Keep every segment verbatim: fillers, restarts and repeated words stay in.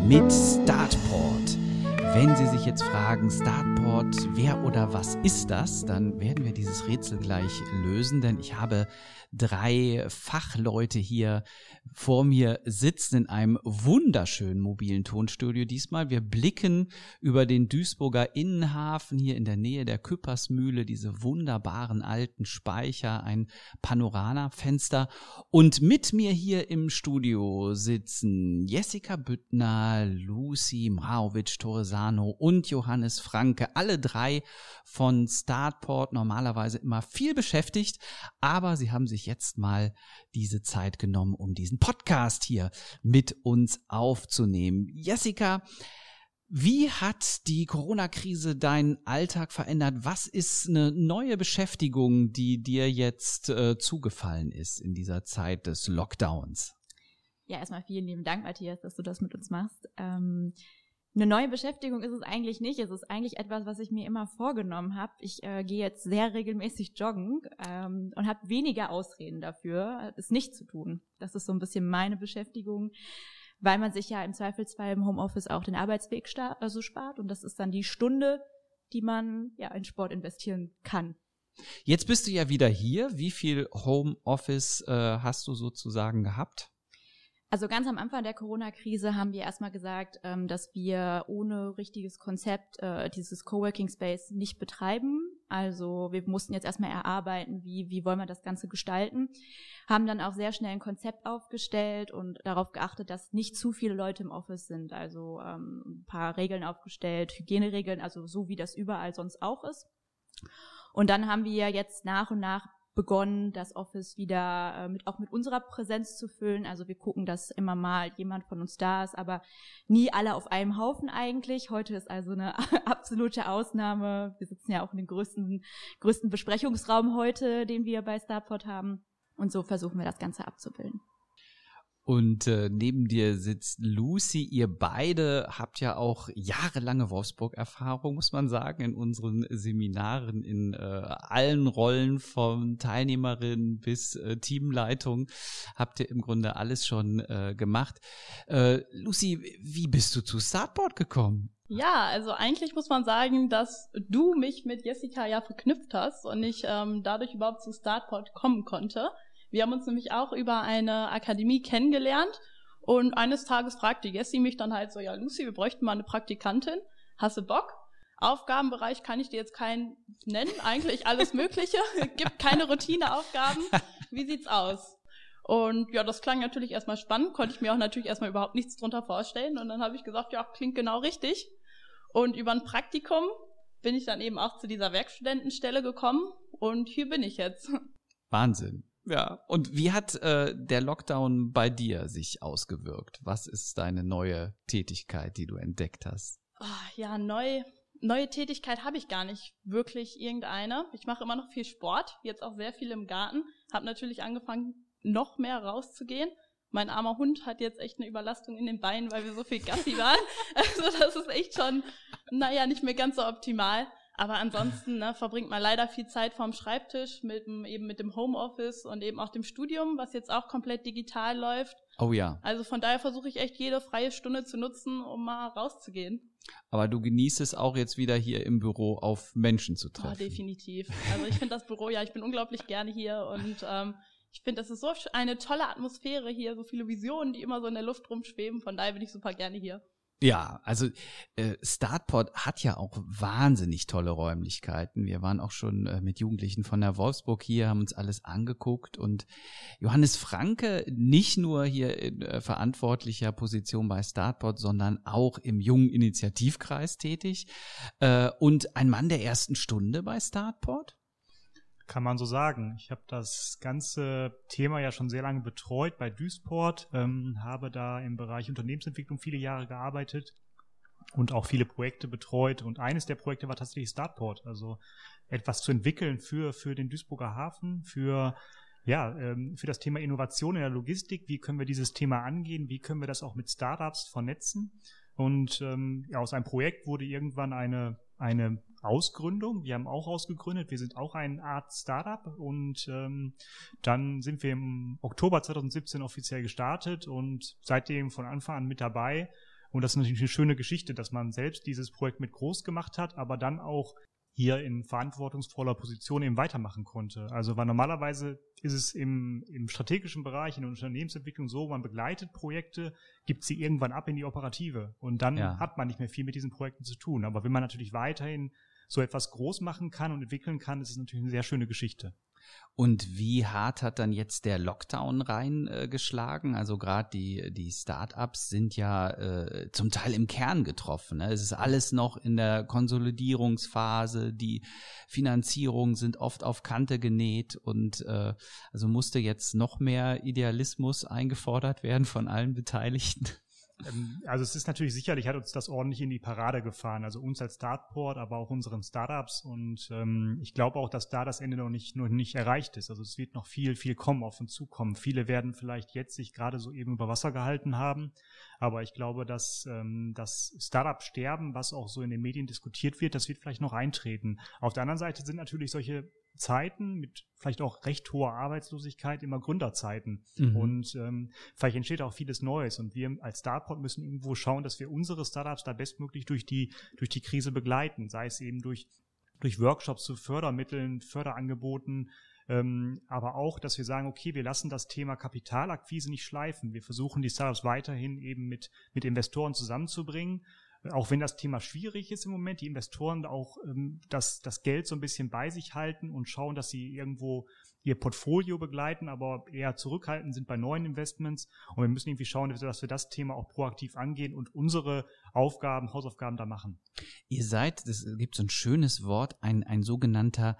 mit Startport. Wenn Sie sich jetzt fragen, Startport, wer oder was ist das, dann werden wir dieses Rätsel gleich lösen, denn ich habe drei Fachleute hier vor mir sitzen in einem wunderschönen mobilen Tonstudio diesmal. Wir blicken über den Duisburger Innenhafen hier in der Nähe der Küppersmühle, diese wunderbaren alten Speicher, ein Panoramafenster. Und mit mir hier im Studio sitzen Jessica Büttner, Lucy Mrauwitsch-Toresano und Johannes Franke, alle drei von Startport, normalerweise immer viel beschäftigt, aber sie haben sich jetzt mal diese Zeit genommen, um diesen Podcast hier mit uns aufzunehmen. Jessica, wie hat die Corona-Krise deinen Alltag verändert? Was ist eine neue Beschäftigung, die dir jetzt äh, zugefallen ist in dieser Zeit des Lockdowns? Ja, erstmal vielen lieben Dank, Matthias, dass du das mit uns machst. Ähm, eine neue Beschäftigung ist es eigentlich nicht. Es ist eigentlich etwas, was ich mir immer vorgenommen habe. Ich äh, gehe jetzt sehr regelmäßig joggen ähm, und habe weniger Ausreden dafür, es nicht zu tun. Das ist so ein bisschen meine Beschäftigung, weil man sich ja im Zweifelsfall im Homeoffice auch den Arbeitsweg sta- also spart. Und das ist dann die Stunde, die man ja in Sport investieren kann. Jetzt bist du ja wieder hier. Wie viel Homeoffice äh, hast du sozusagen gehabt? Also ganz am Anfang der Corona-Krise haben wir erstmal gesagt, ähm, dass wir ohne richtiges Konzept äh, dieses Coworking Space nicht betreiben. Also wir mussten jetzt erstmal erarbeiten, wie wie wollen wir das Ganze gestalten. Haben dann auch sehr schnell ein Konzept aufgestellt und darauf geachtet, dass nicht zu viele Leute im Office sind. Also ähm, ein paar Regeln aufgestellt, Hygieneregeln, also so wie das überall sonst auch ist. Und dann haben wir jetzt nach und nach begonnen, das Office wieder äh, mit auch mit unserer Präsenz zu füllen. Also wir gucken, dass immer mal jemand von uns da ist, aber nie alle auf einem Haufen eigentlich. Heute ist also eine absolute Ausnahme. Wir sitzen ja auch in dem größten größten Besprechungsraum heute, den wir bei Startport haben. Und so versuchen wir das Ganze abzubilden. Und äh, neben dir sitzt Lucy. Ihr beide habt ja auch jahrelange Wolfsburg-Erfahrung, muss man sagen, in unseren Seminaren, in äh, allen Rollen von Teilnehmerin bis äh, Teamleitung habt ihr im Grunde alles schon äh, gemacht. Äh, Lucy, wie bist du zu Startport gekommen? Ja, also eigentlich muss man sagen, dass du mich mit Jessica ja verknüpft hast und ich ähm, dadurch überhaupt zu Startport kommen konnte. Wir haben uns nämlich auch über eine Akademie kennengelernt und eines Tages fragte Jessie mich dann halt so, ja Lucy, wir bräuchten mal eine Praktikantin, hast du Bock? Aufgabenbereich kann ich dir jetzt keinen nennen, eigentlich alles Mögliche, gibt keine Routineaufgaben, wie sieht's aus? Und ja, das klang natürlich erstmal spannend, konnte ich mir auch natürlich erstmal überhaupt nichts drunter vorstellen und dann habe ich gesagt, ja, klingt genau richtig. Und über ein Praktikum bin ich dann eben auch zu dieser Werkstudentenstelle gekommen und hier bin ich jetzt. Wahnsinn. Ja, und wie hat äh, der Lockdown bei dir sich ausgewirkt? Was ist deine neue Tätigkeit, die du entdeckt hast? Oh, ja, neu, neue Tätigkeit habe ich gar nicht wirklich irgendeine. Ich mache immer noch viel Sport, jetzt auch sehr viel im Garten. Habe natürlich angefangen, noch mehr rauszugehen. Mein armer Hund hat jetzt echt eine Überlastung in den Beinen, weil wir so viel Gassi waren. Also das ist echt schon, naja, nicht mehr ganz so optimal. Aber ansonsten ne, verbringt man leider viel Zeit vorm Schreibtisch, mit dem, eben mit dem Homeoffice und eben auch dem Studium, was jetzt auch komplett digital läuft. Oh ja. Also von daher versuche ich echt jede freie Stunde zu nutzen, um mal rauszugehen. Aber du genießt es auch jetzt wieder hier im Büro auf Menschen zu treffen. Ja, definitiv. Also ich finde das Büro, ja, ich bin unglaublich gerne hier und ähm, ich finde, das ist so eine tolle Atmosphäre hier, so viele Visionen, die immer so in der Luft rumschweben. Von daher bin ich super gerne hier. Ja, also äh, Startport hat ja auch wahnsinnig tolle Räumlichkeiten. Wir waren auch schon äh, mit Jugendlichen von der Wolfsburg hier, haben uns alles angeguckt und Johannes Franke, nicht nur hier in äh, verantwortlicher Position bei Startport, sondern auch im jungen Initiativkreis tätig äh, und ein Mann der ersten Stunde bei Startport. Kann man so sagen. Ich habe das ganze Thema ja schon sehr lange betreut bei Duisport, ähm, habe da im Bereich Unternehmensentwicklung viele Jahre gearbeitet und auch viele Projekte betreut. Und eines der Projekte war tatsächlich Startport, also etwas zu entwickeln für für den Duisburger Hafen, für ja ähm, für das Thema Innovation in der Logistik. Wie können wir dieses Thema angehen? Wie können wir das auch mit Startups vernetzen? Und ähm, ja, aus einem Projekt wurde irgendwann eine eine Ausgründung. Wir haben auch ausgegründet. Wir sind auch eine Art Startup und ähm, dann sind wir im Oktober zwanzig siebzehn offiziell gestartet und seitdem von Anfang an mit dabei Und das ist natürlich eine schöne Geschichte, dass man selbst dieses Projekt mit groß gemacht hat, aber dann auch hier in verantwortungsvoller Position eben weitermachen konnte. Also weil normalerweise ist es im, im strategischen Bereich, in der Unternehmensentwicklung so, man begleitet Projekte, gibt sie irgendwann ab in die Operative und dann ja. hat man nicht mehr viel mit diesen Projekten zu tun. Aber wenn man natürlich weiterhin so etwas groß machen kann und entwickeln kann, ist es natürlich eine sehr schöne Geschichte. Und wie hart hat dann jetzt der Lockdown reingeschlagen? Äh, also gerade die die Startups sind ja äh, zum Teil im Kern getroffen. Ne? Es ist alles noch in der Konsolidierungsphase. Die Finanzierungen sind oft auf Kante genäht und äh, also musste jetzt noch mehr Idealismus eingefordert werden von allen Beteiligten. Also es ist natürlich sicherlich, hat uns das ordentlich in die Parade gefahren, also uns als Startport, aber auch unseren Startups und ähm, ich glaube auch, dass da das Ende noch nicht, noch nicht erreicht ist. Also es wird noch viel, viel kommen, auf uns zukommen. Viele werden vielleicht jetzt sich gerade so eben über Wasser gehalten haben, aber ich glaube, dass ähm, das Startup-Sterben, was auch so in den Medien diskutiert wird, das wird vielleicht noch eintreten. Auf der anderen Seite sind natürlich solche Zeiten mit vielleicht auch recht hoher Arbeitslosigkeit immer Gründerzeiten mhm. und ähm, vielleicht entsteht auch vieles Neues und wir als Startport müssen irgendwo schauen, dass wir unsere Startups da bestmöglich durch die durch die Krise begleiten, sei es eben durch durch Workshops zu Fördermitteln, Förderangeboten, ähm, aber auch, dass wir sagen, okay, wir lassen das Thema Kapitalakquise nicht schleifen, wir versuchen die Startups weiterhin eben mit mit Investoren zusammenzubringen. Auch wenn das Thema schwierig ist im Moment, die Investoren auch ähm, das, das Geld so ein bisschen bei sich halten und schauen, dass sie irgendwo ihr Portfolio begleiten, aber eher zurückhaltend sind bei neuen Investments. Und wir müssen irgendwie schauen, dass wir das Thema auch proaktiv angehen und unsere Aufgaben, Hausaufgaben da machen. Ihr seid, es gibt so ein schönes Wort, ein, ein sogenannter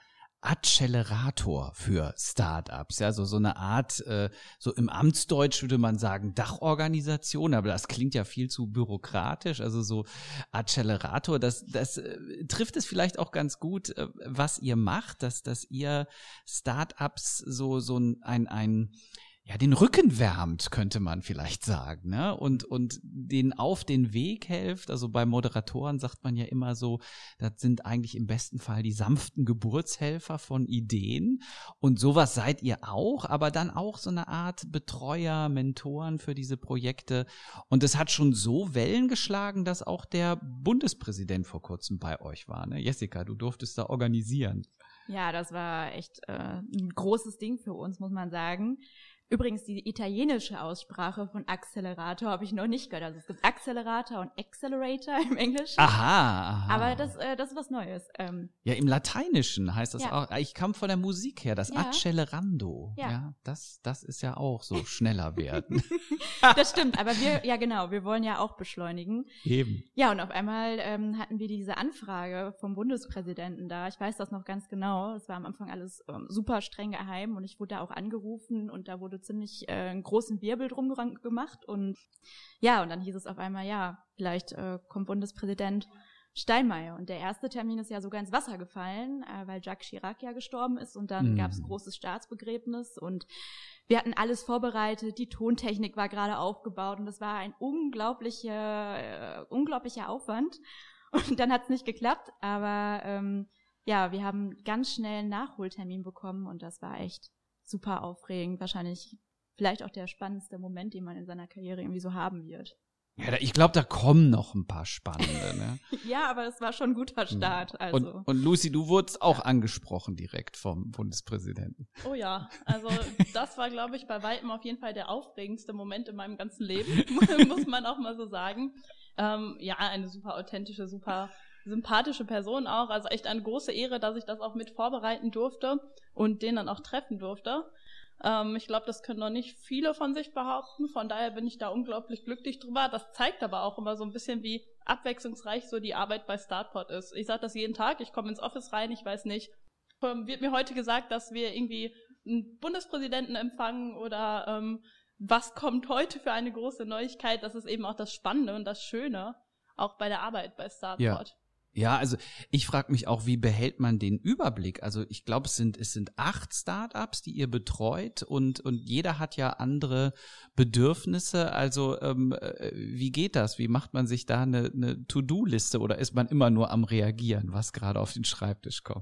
Accelerator für Startups, ja, so so eine Art, äh, so im Amtsdeutsch würde man sagen Dachorganisation, aber das klingt ja viel zu bürokratisch, also so Accelerator, das das äh, trifft es vielleicht auch ganz gut, äh, was ihr macht, dass dass ihr Startups so so ein ein ja, den Rücken wärmt, könnte man vielleicht sagen, ne? Und, und denen auf den Weg helft. Also bei Moderatoren sagt man ja immer so, das sind eigentlich im besten Fall die sanften Geburtshelfer von Ideen. Und sowas seid ihr auch, aber dann auch so eine Art Betreuer, Mentoren für diese Projekte. Und es hat schon so Wellen geschlagen, dass auch der Bundespräsident vor kurzem bei euch war, ne? Jessica, du durftest da organisieren. Ja, das war echt äh, ein großes Ding für uns, muss man sagen. Übrigens, die italienische Aussprache von Accelerator habe ich noch nicht gehört. Also es gibt Accelerator und Accelerator im Englischen. Aha, aha. Aber das, äh, das ist was Neues. Ähm, ja, im Lateinischen heißt das ja. auch. Ich kam von der Musik her, das ja. Accelerando. Ja. ja, das, das ist ja auch so schneller werden. Das stimmt, aber wir, ja genau, wir wollen ja auch beschleunigen. Eben. Ja, und auf einmal ähm, hatten wir diese Anfrage vom Bundespräsidenten da. Ich weiß das noch ganz genau. Das war am Anfang alles ähm, super streng geheim und ich wurde da auch angerufen und da wurde ziemlich äh, einen großen Wirbel drum gemacht und ja, und dann hieß es auf einmal, ja, vielleicht äh, kommt Bundespräsident Steinmeier und der erste Termin ist ja sogar ins Wasser gefallen, äh, weil Jacques Chirac ja gestorben ist und dann mm. gab es großes Staatsbegräbnis und wir hatten alles vorbereitet, die Tontechnik war gerade aufgebaut und das war ein unglaublicher, äh, unglaublicher Aufwand und dann hat es nicht geklappt, aber ähm, ja, wir haben ganz schnell einen Nachholtermin bekommen und das war echt super aufregend, wahrscheinlich vielleicht auch der spannendste Moment, den man in seiner Karriere irgendwie so haben wird. Ja, da, ich glaube, da kommen noch ein paar spannende, ne? Ja, aber es war schon ein guter Start. Also. Und, und Lucy, du wurdest auch ja. angesprochen direkt vom Bundespräsidenten. Oh ja, also das war, glaube ich, bei weitem auf jeden Fall der aufregendste Moment in meinem ganzen Leben, muss man auch mal so sagen. Ähm, ja, eine super authentische, super sympathische Person auch, also echt eine große Ehre, dass ich das auch mit vorbereiten durfte und den dann auch treffen durfte. Ähm, ich glaube, das können noch nicht viele von sich behaupten, von daher bin ich da unglaublich glücklich drüber. Das zeigt aber auch immer so ein bisschen, wie abwechslungsreich so die Arbeit bei Startport ist. Ich sage das jeden Tag, ich komme ins Office rein, ich weiß nicht, ähm, wird mir heute gesagt, dass wir irgendwie einen Bundespräsidenten empfangen oder ähm, was kommt heute für eine große Neuigkeit. Das ist eben auch das Spannende und das Schöne, auch bei der Arbeit bei Startport. Ja. Ja, also ich frage mich auch, wie behält man den Überblick? Also ich glaube, es sind es sind acht Startups, die ihr betreut und und jeder hat ja andere Bedürfnisse. Also ähm, wie geht das? Wie macht man sich da eine, eine To-Do-Liste oder ist man immer nur am Reagieren, was gerade auf den Schreibtisch kommt?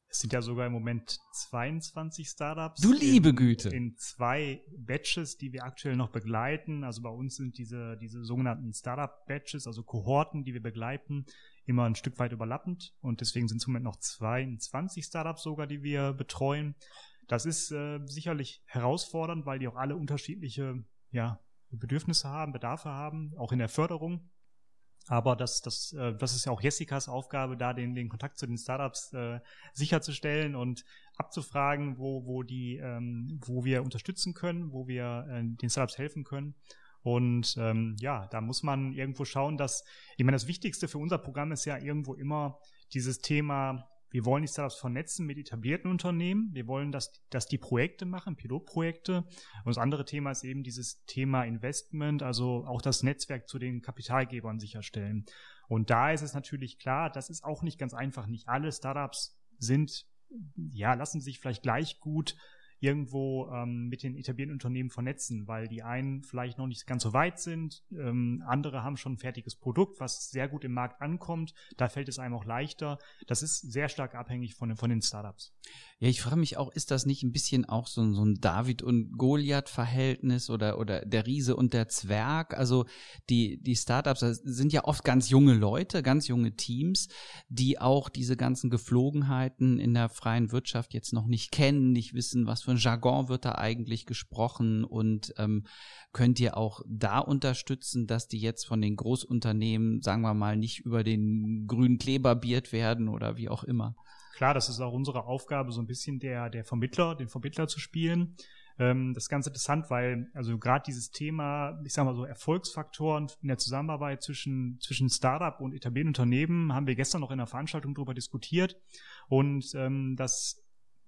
Es sind ja sogar im Moment zweiundzwanzig Startups. Du liebe in, Güte. In zwei Batches, die wir aktuell noch begleiten. Also bei uns sind diese, diese sogenannten Startup-Batches, also Kohorten, die wir begleiten, immer ein Stück weit überlappend. Und deswegen sind es im Moment noch zweiundzwanzig Startups sogar, die wir betreuen. Das ist äh, sicherlich herausfordernd, weil die auch alle unterschiedliche ja, Bedürfnisse haben, Bedarfe haben, auch in der Förderung. Aber das, das, äh, das ist ja auch Jessicas Aufgabe, da den, den Kontakt zu den Startups äh, sicherzustellen und abzufragen, wo, wo die, ähm, wo wir unterstützen können, wo wir äh, den Startups helfen können. Und ähm, ja, da muss man irgendwo schauen, dass, ich meine, das Wichtigste für unser Programm ist ja irgendwo immer dieses Thema, wir wollen die Startups vernetzen mit etablierten Unternehmen. Wir wollen, dass, dass die Projekte machen, Pilotprojekte. Und das andere Thema ist eben dieses Thema Investment, also auch das Netzwerk zu den Kapitalgebern sicherstellen. Und da ist es natürlich klar, das ist auch nicht ganz einfach. Nicht alle Startups sind, ja, lassen sich vielleicht gleich gut irgendwo ähm, mit den etablierten Unternehmen vernetzen, weil die einen vielleicht noch nicht ganz so weit sind, ähm, andere haben schon ein fertiges Produkt, was sehr gut im Markt ankommt, da fällt es einem auch leichter. Das ist sehr stark abhängig von, von den Startups. Ja, ich frage mich auch, ist das nicht ein bisschen auch so, so ein David- und Goliath-Verhältnis oder, oder der Riese und der Zwerg? Also die, die Startups, das sind ja oft ganz junge Leute, ganz junge Teams, die auch diese ganzen Geflogenheiten in der freien Wirtschaft jetzt noch nicht kennen, nicht wissen, was für ein Jargon wird da eigentlich gesprochen, und ähm, könnt ihr auch da unterstützen, dass die jetzt von den Großunternehmen, sagen wir mal, nicht über den grünen Kleber biert werden oder wie auch immer? Klar, das ist auch unsere Aufgabe, so ein bisschen der, der Vermittler, den Vermittler zu spielen. Ähm, das ist ganz interessant, weil also gerade dieses Thema, ich sag mal so Erfolgsfaktoren in der Zusammenarbeit zwischen, zwischen Startup und etablierten Unternehmen haben wir gestern noch in einer Veranstaltung darüber diskutiert, und ähm, das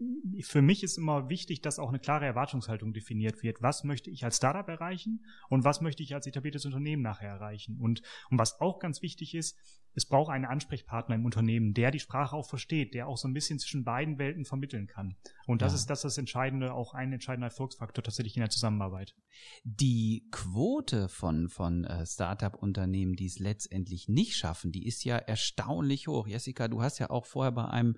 für mich ist immer wichtig, dass auch eine klare Erwartungshaltung definiert wird. Was möchte ich als Startup erreichen und was möchte ich als etabliertes Unternehmen nachher erreichen? Und, und was auch ganz wichtig ist, es braucht einen Ansprechpartner im Unternehmen, der die Sprache auch versteht, der auch so ein bisschen zwischen beiden Welten vermitteln kann. Und das ja. ist das, das Entscheidende, auch ein entscheidender Erfolgsfaktor tatsächlich in der Zusammenarbeit. Die Quote von, von äh, Startup-Unternehmen, die es letztendlich nicht schaffen, die ist ja erstaunlich hoch. Jessica, du hast ja auch vorher bei einem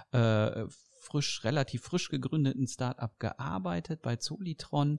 äh, frisch, relativ frisch gegründeten Startup gearbeitet, bei Zolitron.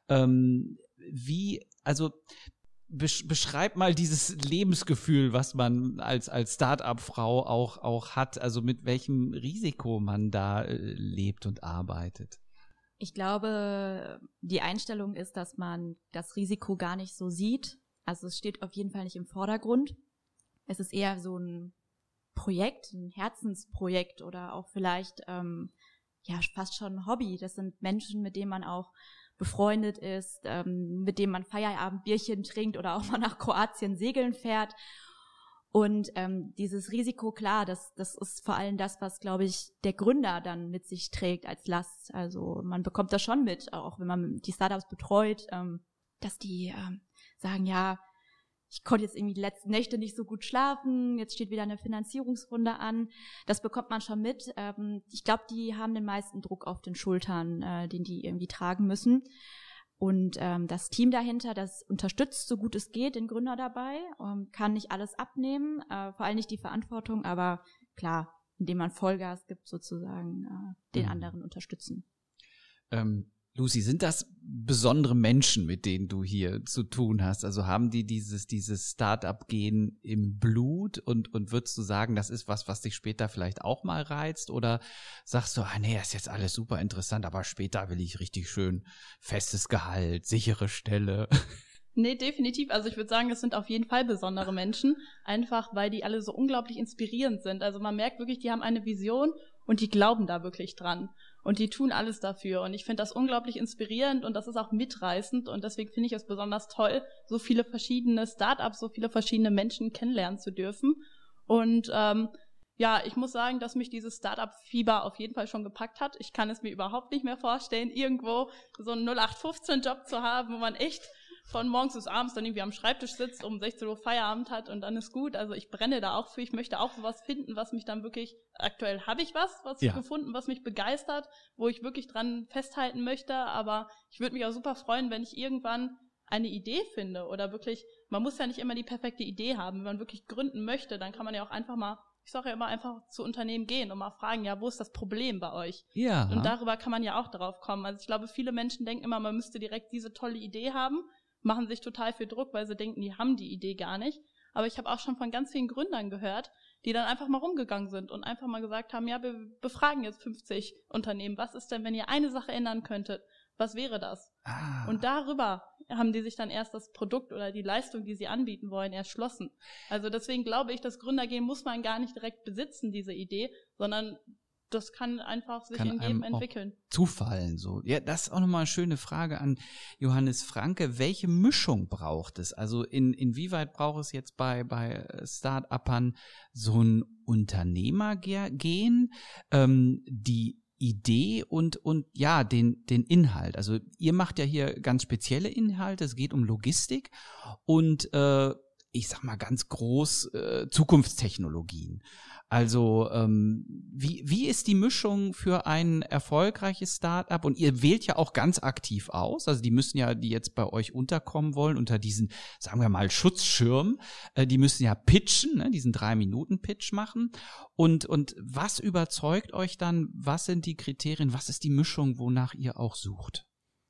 Ähm, wie, also besch, beschreib mal dieses Lebensgefühl, was man als, als Startup-Frau auch, auch hat, also mit welchem Risiko man da äh, lebt und arbeitet. Ich glaube, die Einstellung ist, dass man das Risiko gar nicht so sieht. Also es steht auf jeden Fall nicht im Vordergrund. Es ist eher so ein Projekt, ein Herzensprojekt oder auch vielleicht ähm, ja fast schon ein Hobby. Das sind Menschen, mit denen man auch befreundet ist, ähm, mit denen man Feierabendbierchen trinkt oder auch mal nach Kroatien segeln fährt. Und ähm, dieses Risiko, klar, das, das ist vor allem das, was, glaube ich, der Gründer dann mit sich trägt als Last. Also man bekommt das schon mit, auch wenn man die Startups betreut, ähm, dass die ähm, sagen, ja, ich konnte jetzt irgendwie die letzten Nächte nicht so gut schlafen, jetzt steht wieder eine Finanzierungsrunde an. Das bekommt man schon mit. Ich glaube, die haben den meisten Druck auf den Schultern, den die irgendwie tragen müssen. Und das Team dahinter, das unterstützt, so gut es geht, den Gründer dabei, kann nicht alles abnehmen, vor allem nicht die Verantwortung, aber klar, indem man Vollgas gibt, sozusagen den anderen unterstützen. Ähm. Lucy, sind das besondere Menschen, mit denen du hier zu tun hast? Also haben die dieses, dieses Start-up-Gen im Blut, und, und würdest du sagen, das ist was, was dich später vielleicht auch mal reizt? Oder sagst du, ah nee, das ist jetzt alles super interessant, aber später will ich richtig schön festes Gehalt, sichere Stelle? Nee, definitiv. Also ich würde sagen, das sind auf jeden Fall besondere Menschen, einfach weil die alle so unglaublich inspirierend sind. Also man merkt wirklich, die haben eine Vision und die glauben da wirklich dran. Und die tun alles dafür. Und ich finde das unglaublich inspirierend und das ist auch mitreißend. Und deswegen finde ich es besonders toll, so viele verschiedene Startups, so viele verschiedene Menschen kennenlernen zu dürfen. Und ähm, ja, ich muss sagen, dass mich dieses Startup-Fieber auf jeden Fall schon gepackt hat. Ich kann es mir überhaupt nicht mehr vorstellen, irgendwo so einen null acht fünfzehn Job zu haben, wo man echt von morgens bis abends dann irgendwie am Schreibtisch sitzt, um sechzehn Uhr Feierabend hat und dann ist gut. Also ich brenne da auch für. Ich möchte auch sowas finden, was mich dann wirklich, aktuell habe ich was, was ja. ich gefunden, was mich begeistert, wo ich wirklich dran festhalten möchte. Aber ich würde mich auch super freuen, wenn ich irgendwann eine Idee finde oder wirklich, man muss ja nicht immer die perfekte Idee haben. Wenn man wirklich gründen möchte, dann kann man ja auch einfach mal ich sage ja immer, einfach zu Unternehmen gehen und mal fragen, ja, wo ist das Problem bei euch? Ja. Und darüber kann man ja auch drauf kommen. Also ich glaube, viele Menschen denken immer, man müsste direkt diese tolle Idee haben, machen sich total viel Druck, weil sie denken, die haben die Idee gar nicht. Aber ich habe auch schon von ganz vielen Gründern gehört, die dann einfach mal rumgegangen sind und einfach mal gesagt haben, ja, wir befragen jetzt fünfzig Unternehmen. Was ist denn, wenn ihr eine Sache ändern könntet? Was wäre das? Ah. Und darüber haben die sich dann erst das Produkt oder die Leistung, die sie anbieten wollen, erschlossen. Also deswegen glaube ich, das Gründergehen muss man gar nicht direkt besitzen, diese Idee, sondern das kann einfach sich kann in jedem entwickeln. Zufallen, so. Ja, das ist auch nochmal eine schöne Frage an Johannes Franke. Welche Mischung braucht es? Also in, inwieweit braucht es jetzt bei, bei Start-Upern so ein Unternehmergehen, ähm, die Idee und, und ja, den, den Inhalt. Also ihr macht ja hier ganz spezielle Inhalte, es geht um Logistik und äh, ich sag mal ganz groß äh, Zukunftstechnologien. Also ähm, wie, wie ist die Mischung für ein erfolgreiches Startup? Und ihr wählt ja auch ganz aktiv aus, also die müssen ja, die jetzt bei euch unterkommen wollen, unter diesen, sagen wir mal, Schutzschirm, äh, die müssen ja pitchen, ne, diesen Drei-Minuten-Pitch machen. Und, und was überzeugt euch dann? Was sind die Kriterien? Was ist die Mischung, wonach ihr auch sucht?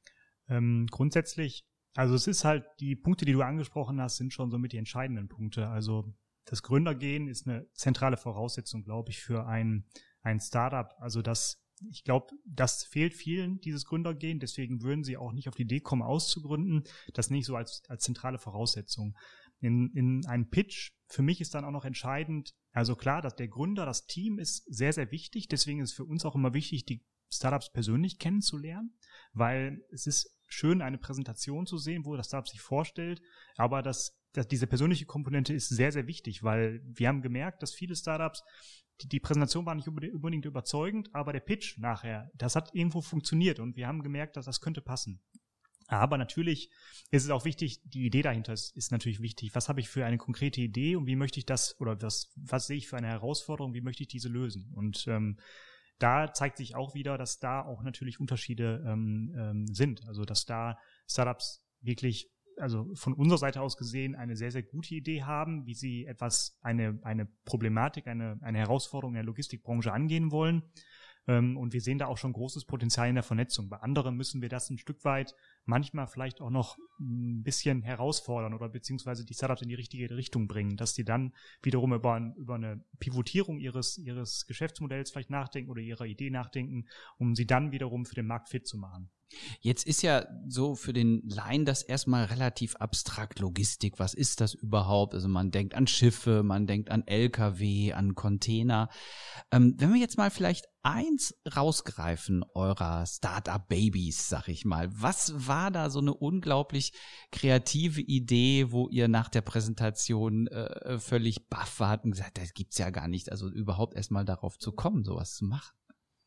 Ähm, grundsätzlich, also es ist halt, die Punkte, die du angesprochen hast, sind schon somit die entscheidenden Punkte. Also das Gründergehen ist eine zentrale Voraussetzung, glaube ich, für ein, ein Startup. Also das, ich glaube, das fehlt vielen, dieses Gründergehen. Deswegen würden sie auch nicht auf die Idee kommen, auszugründen. Das nicht so als, als zentrale Voraussetzung. In, in einem Pitch, für mich ist dann auch noch entscheidend, also klar, dass der Gründer, das Team ist sehr, sehr wichtig. Deswegen ist es für uns auch immer wichtig, die Startups persönlich kennenzulernen, weil es ist schön, eine Präsentation zu sehen, wo das Startup sich vorstellt, aber das, das, diese persönliche Komponente ist sehr, sehr wichtig, weil wir haben gemerkt, dass viele Startups, die, die Präsentation war nicht unbedingt überzeugend, aber der Pitch nachher, das hat irgendwo funktioniert und wir haben gemerkt, dass das könnte passen. Aber natürlich ist es auch wichtig, die Idee dahinter ist, ist natürlich wichtig. Was habe ich für eine konkrete Idee und wie möchte ich das, oder was, was sehe ich für eine Herausforderung, wie möchte ich diese lösen? Und ähm, da zeigt sich auch wieder, dass da auch natürlich Unterschiede ähm, ähm, sind. Also dass da Startups wirklich, also von unserer Seite aus gesehen, eine sehr, sehr gute Idee haben, wie sie etwas, eine eine Problematik, eine eine Herausforderung in der Logistikbranche angehen wollen. Ähm, und wir sehen da auch schon großes Potenzial in der Vernetzung. Bei anderen müssen wir das ein Stück weit manchmal vielleicht auch noch ein bisschen herausfordern oder beziehungsweise die Startups in die richtige Richtung bringen, dass die dann wiederum über, ein, über eine Pivotierung ihres, ihres Geschäftsmodells vielleicht nachdenken oder ihrer Idee nachdenken, um sie dann wiederum für den Markt fit zu machen. Jetzt ist ja so für den Laien das erstmal relativ abstrakt, Logistik, was ist das überhaupt? Also man denkt an Schiffe, man denkt an L K W, an Container. Ähm, wenn wir jetzt mal vielleicht eins rausgreifen eurer Startup-Babys, sag ich mal, was war da so eine unglaublich kreative Idee, wo ihr nach der Präsentation äh, völlig baff wart und gesagt, das gibt's ja gar nicht, also überhaupt erstmal darauf zu kommen, sowas zu machen?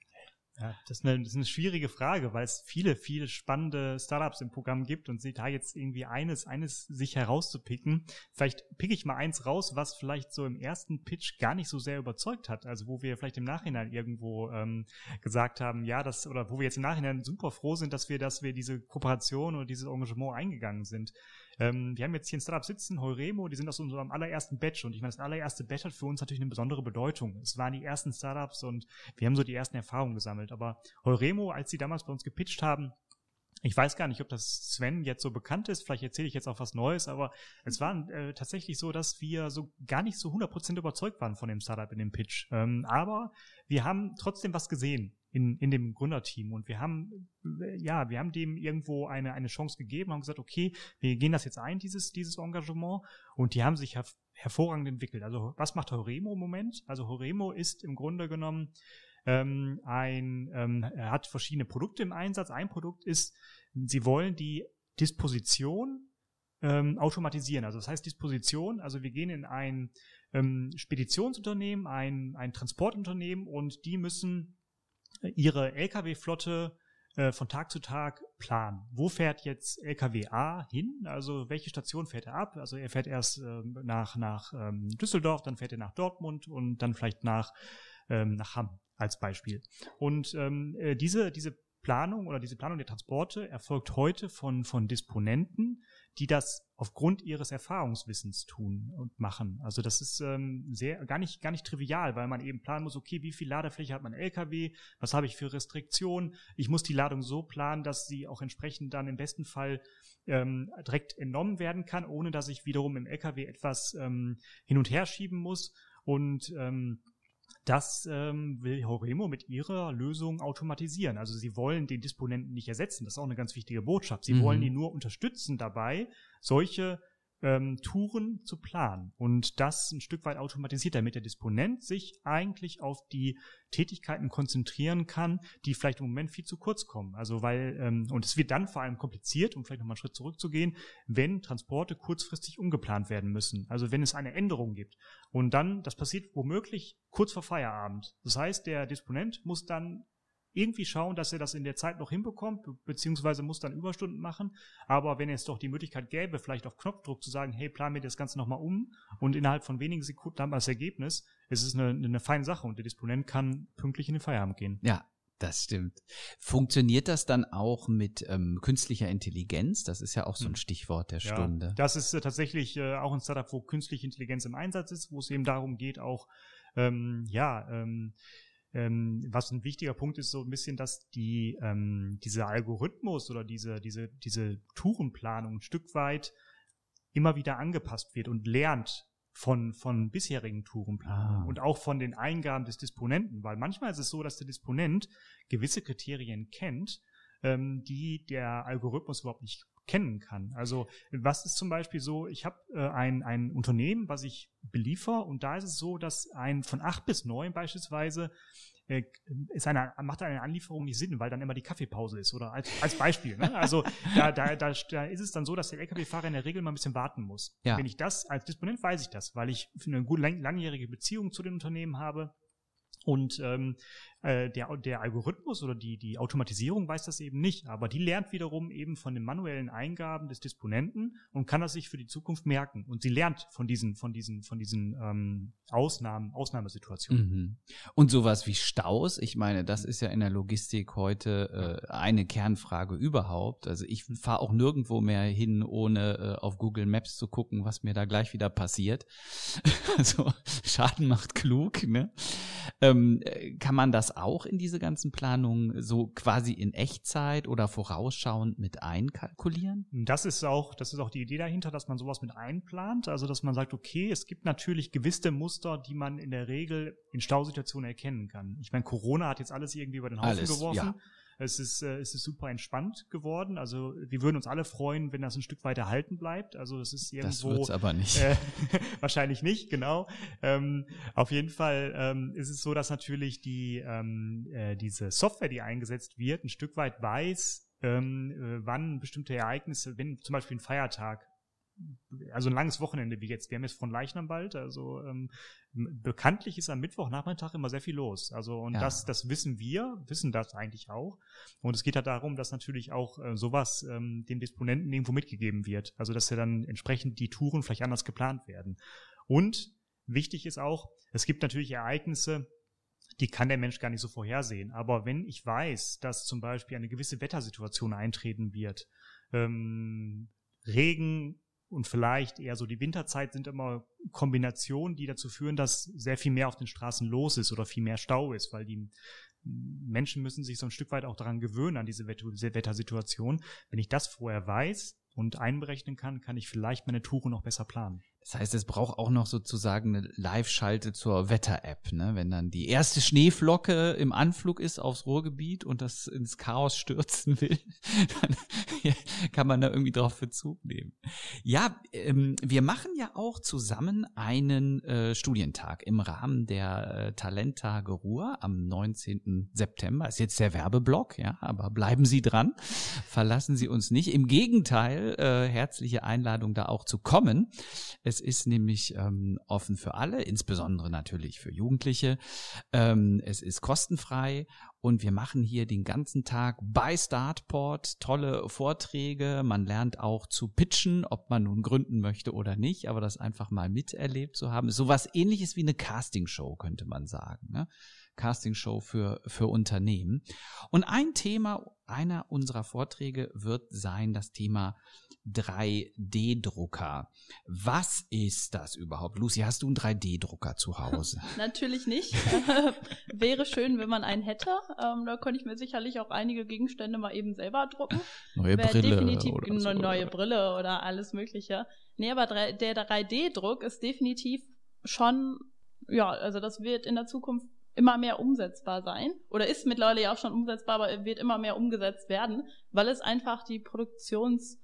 Ja, das ist, eine, das ist eine schwierige Frage, weil es viele, viele spannende Startups im Programm gibt und sie da jetzt irgendwie eines, eines sich herauszupicken. Vielleicht picke ich mal eins raus, was vielleicht so im ersten Pitch gar nicht so sehr überzeugt hat. Also wo wir vielleicht im Nachhinein irgendwo ähm, gesagt haben, ja, das, oder wo wir jetzt im Nachhinein super froh sind, dass wir, dass wir diese Kooperation oder dieses Engagement eingegangen sind. Ähm, wir haben jetzt hier ein Startup sitzen, Heuremo, die sind aus unserem allerersten Batch und ich meine, das allererste Batch hat für uns natürlich eine besondere Bedeutung. Es waren die ersten Startups und wir haben so die ersten Erfahrungen gesammelt. Aber Heuremo, als sie damals bei uns gepitcht haben, ich weiß gar nicht, ob das Sven jetzt so bekannt ist, vielleicht erzähle ich jetzt auch was Neues, aber es war äh, tatsächlich so, dass wir so gar nicht so hundert Prozent überzeugt waren von dem Startup in dem Pitch. Ähm, aber wir haben trotzdem was gesehen in in dem Gründerteam und wir haben ja, wir haben dem irgendwo eine eine Chance gegeben, haben gesagt, okay, wir gehen das jetzt ein, dieses dieses Engagement, und die haben sich her- hervorragend entwickelt. Also was macht Heuremo im Moment? Also Heuremo ist im Grunde genommen ähm, ein, ähm, er hat verschiedene Produkte im Einsatz. Ein Produkt ist, sie wollen die Disposition ähm, automatisieren. Also das heißt Disposition, also wir gehen in ein ähm, Speditionsunternehmen, ein ein Transportunternehmen und die müssen ihre L K W-Flotte äh, von Tag zu Tag planen. Wo fährt jetzt L K W A hin? Also welche Station fährt er ab? Also er fährt erst ähm, nach nach ähm, Düsseldorf, dann fährt er nach Dortmund und dann vielleicht nach ähm, nach Hamm als Beispiel. Und ähm, äh, diese diese Planung oder diese Planung der Transporte erfolgt heute von, von Disponenten, die das aufgrund ihres Erfahrungswissens tun und machen. Also das ist ähm, sehr gar nicht gar nicht trivial, weil man eben planen muss, okay, wie viel Ladefläche hat mein L K W, was habe ich für Restriktionen, ich muss die Ladung so planen, dass sie auch entsprechend dann im besten Fall ähm, direkt entnommen werden kann, ohne dass ich wiederum im L K W etwas ähm, hin und her schieben muss. Und ähm, das ähm, will Horemo mit ihrer Lösung automatisieren. Also sie wollen den Disponenten nicht ersetzen. Das ist auch eine ganz wichtige Botschaft. Sie mhm. wollen ihn nur unterstützen dabei, solche ähm, Touren zu planen. Und das ein Stück weit automatisiert, damit der Disponent sich eigentlich auf die Tätigkeiten konzentrieren kann, die vielleicht im Moment viel zu kurz kommen. Also weil, ähm, und es wird dann vor allem kompliziert, um vielleicht nochmal einen Schritt zurückzugehen, wenn Transporte kurzfristig umgeplant werden müssen. Also wenn es eine Änderung gibt. Und dann, das passiert womöglich kurz vor Feierabend. Das heißt, der Disponent muss dann irgendwie schauen, dass er das in der Zeit noch hinbekommt, beziehungsweise muss dann Überstunden machen. Aber wenn es doch die Möglichkeit gäbe, vielleicht auf Knopfdruck zu sagen, hey, plan mir das Ganze nochmal um und innerhalb von wenigen Sekunden haben wir das Ergebnis, es ist eine, eine feine Sache und der Disponent kann pünktlich in den Feierabend gehen. Ja, das stimmt. Funktioniert das dann auch mit ähm, künstlicher Intelligenz? Das ist ja auch so ein Stichwort der ja, Stunde. Das ist äh, tatsächlich äh, auch ein Startup, wo künstliche Intelligenz im Einsatz ist, wo es eben darum geht, auch, ähm, ja, ähm, Ähm, was ein wichtiger Punkt ist, so ein bisschen, dass die ähm, dieser Algorithmus oder diese diese diese Tourenplanung ein Stück weit immer wieder angepasst wird und lernt von von bisherigen Tourenplanungen ah. und auch von den Eingaben des Disponenten, weil manchmal ist es so, dass der Disponent gewisse Kriterien kennt, ähm, die der Algorithmus überhaupt nicht kennen kann. Also was ist zum Beispiel so, ich habe äh, ein, ein Unternehmen, was ich beliefer und da ist es so, dass ein von acht bis neun beispielsweise äh, ist eine, macht eine Anlieferung nicht Sinn, weil dann immer die Kaffeepause ist oder als, als Beispiel. Ne? Also da, da, da, da ist es dann so, dass der L K W-Fahrer in der Regel mal ein bisschen warten muss. Ja. Wenn ich das, als Disponent weiß ich das, weil ich eine gute, langjährige Beziehung zu den Unternehmen habe. Und ähm, äh, der, der Algorithmus oder die, die Automatisierung weiß das eben nicht, aber die lernt wiederum eben von den manuellen Eingaben des Disponenten und kann das sich für die Zukunft merken. Und sie lernt von diesen, von diesen, von diesen ähm, Ausnahmen, Ausnahmesituationen. Mhm. Und sowas wie Staus, ich meine, das ist ja in der Logistik heute äh, eine Kernfrage überhaupt. Also ich fahre auch nirgendwo mehr hin, ohne äh, auf Google Maps zu gucken, was mir da gleich wieder passiert. Also Schaden macht klug, ne? Ähm, kann man das auch in diese ganzen Planungen so quasi in Echtzeit oder vorausschauend mit einkalkulieren? Das ist auch, das ist auch die Idee dahinter, dass man sowas mit einplant. Also, dass man sagt, okay, es gibt natürlich gewisse Muster, die man in der Regel in Stausituationen erkennen kann. Ich meine, Corona hat jetzt alles irgendwie über den Haufen alles, geworfen. Ja. Es ist, äh, es ist super entspannt geworden. Also wir würden uns alle freuen, wenn das ein Stück weit erhalten bleibt. Also es ist irgendwo. Das wird's aber nicht. Äh, wahrscheinlich nicht, genau. Ähm, auf jeden Fall ähm, ist es so, dass natürlich die ähm, äh, diese Software, die eingesetzt wird, ein Stück weit weiß, ähm, äh, wann bestimmte Ereignisse, wenn zum Beispiel ein Feiertag, also ein langes Wochenende wie jetzt, wir haben jetzt von Leichnam bald, also ähm, bekanntlich ist am Mittwochnachmittag immer sehr viel los, also und ja. das das wissen wir, wissen das eigentlich auch und es geht halt darum, dass natürlich auch äh, sowas ähm, dem Disponenten irgendwo mitgegeben wird, also dass ja dann entsprechend die Touren vielleicht anders geplant werden und wichtig ist auch, es gibt natürlich Ereignisse, die kann der Mensch gar nicht so vorhersehen, aber wenn ich weiß, dass zum Beispiel eine gewisse Wettersituation eintreten wird, ähm, Regen und vielleicht eher so die Winterzeit sind immer Kombinationen, die dazu führen, dass sehr viel mehr auf den Straßen los ist oder viel mehr Stau ist, weil die Menschen müssen sich so ein Stück weit auch daran gewöhnen, an diese Wettersituation. Wenn ich das vorher weiß und einberechnen kann, kann ich vielleicht meine Touren noch besser planen. Das heißt, es braucht auch noch sozusagen eine Live-Schalte zur Wetter-App, ne? Wenn dann die erste Schneeflocke im Anflug ist aufs Ruhrgebiet und das ins Chaos stürzen will, dann kann man da irgendwie drauf Bezug nehmen. Ja, ähm, wir machen ja auch zusammen einen äh, Studientag im Rahmen der äh, Talenttage Ruhr am neunzehnten September. Ist jetzt der Werbeblock, ja, aber bleiben Sie dran, verlassen Sie uns nicht. Im Gegenteil, äh, herzliche Einladung, da auch zu kommen. Es Es ist nämlich ähm, offen für alle, insbesondere natürlich für Jugendliche. Ähm, es ist kostenfrei und wir machen hier den ganzen Tag bei Startport tolle Vorträge. Man lernt auch zu pitchen, ob man nun gründen möchte oder nicht, aber das einfach mal miterlebt zu haben. Sowas Ähnliches wie eine Castingshow, könnte man sagen, ne? Castingshow für, für Unternehmen. Und ein Thema, einer unserer Vorträge wird sein das Thema drei D Drucker. Was ist das überhaupt? Lucy, hast du einen drei D Drucker zu Hause? Natürlich nicht. Wäre schön, wenn man einen hätte. Ähm, da könnte ich mir sicherlich auch einige Gegenstände mal eben selber drucken. Neue Wäre Brille definitiv oder eine so, neue oder? Brille oder alles Mögliche. Nee, aber drei, der drei D Druck ist definitiv schon, ja, also das wird in der Zukunft immer mehr umsetzbar sein oder ist mittlerweile ja auch schon umsetzbar, aber wird immer mehr umgesetzt werden, weil es einfach die Produktionsprozesse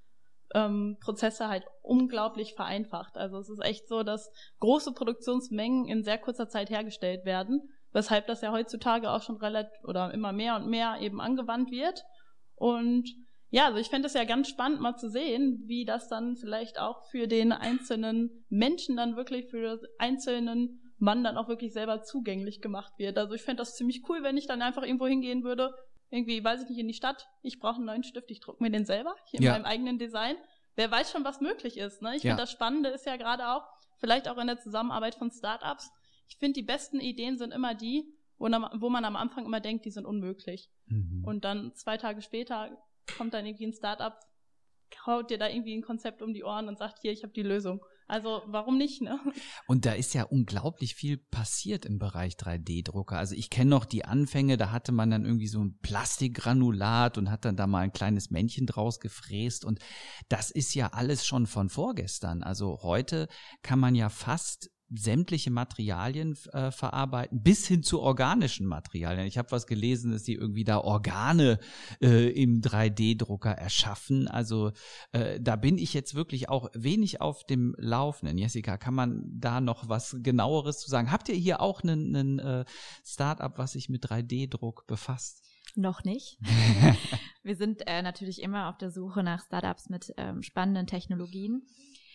ähm, halt unglaublich vereinfacht. Also es ist echt so, dass große Produktionsmengen in sehr kurzer Zeit hergestellt werden, weshalb das ja heutzutage auch schon relativ oder immer mehr und mehr eben angewandt wird. Und ja, also ich fände es ja ganz spannend mal zu sehen, wie das dann vielleicht auch für den einzelnen Menschen dann wirklich, für den einzelnen Mann dann auch wirklich selber zugänglich gemacht wird. Also ich fände das ziemlich cool, wenn ich dann einfach irgendwo hingehen würde, irgendwie, weiß ich nicht, in die Stadt, ich brauche einen neuen Stift, ich drucke mir den selber, hier in Ja. meinem eigenen Design. Wer weiß schon, was möglich ist, ne? Ich Ja. finde, das Spannende ist ja gerade auch, vielleicht auch in der Zusammenarbeit von Startups, ich finde, die besten Ideen sind immer die, wo, wo man am Anfang immer denkt, die sind unmöglich. Mhm. Und dann zwei Tage später kommt dann irgendwie ein Startup, haut dir da irgendwie ein Konzept um die Ohren und sagt, hier, ich habe die Lösung. Also warum nicht, ne? Und da ist ja unglaublich viel passiert im Bereich drei D Drucker. Also ich kenne noch die Anfänge, da hatte man dann irgendwie so ein Plastikgranulat und hat dann da mal ein kleines Männchen draus gefräst und das ist ja alles schon von vorgestern. Also heute kann man ja fast sämtliche Materialien äh, verarbeiten, bis hin zu organischen Materialien. Ich habe was gelesen, dass die irgendwie da Organe äh, im drei D Drucker erschaffen. Also äh, da bin ich jetzt wirklich auch wenig auf dem Laufenden. Jessica, kann man da noch was Genaueres zu sagen? Habt ihr hier auch einen, einen äh, Start-up, was sich mit drei D Druck befasst? Noch nicht. Wir sind äh, natürlich immer auf der Suche nach Startups mit ähm, spannenden Technologien.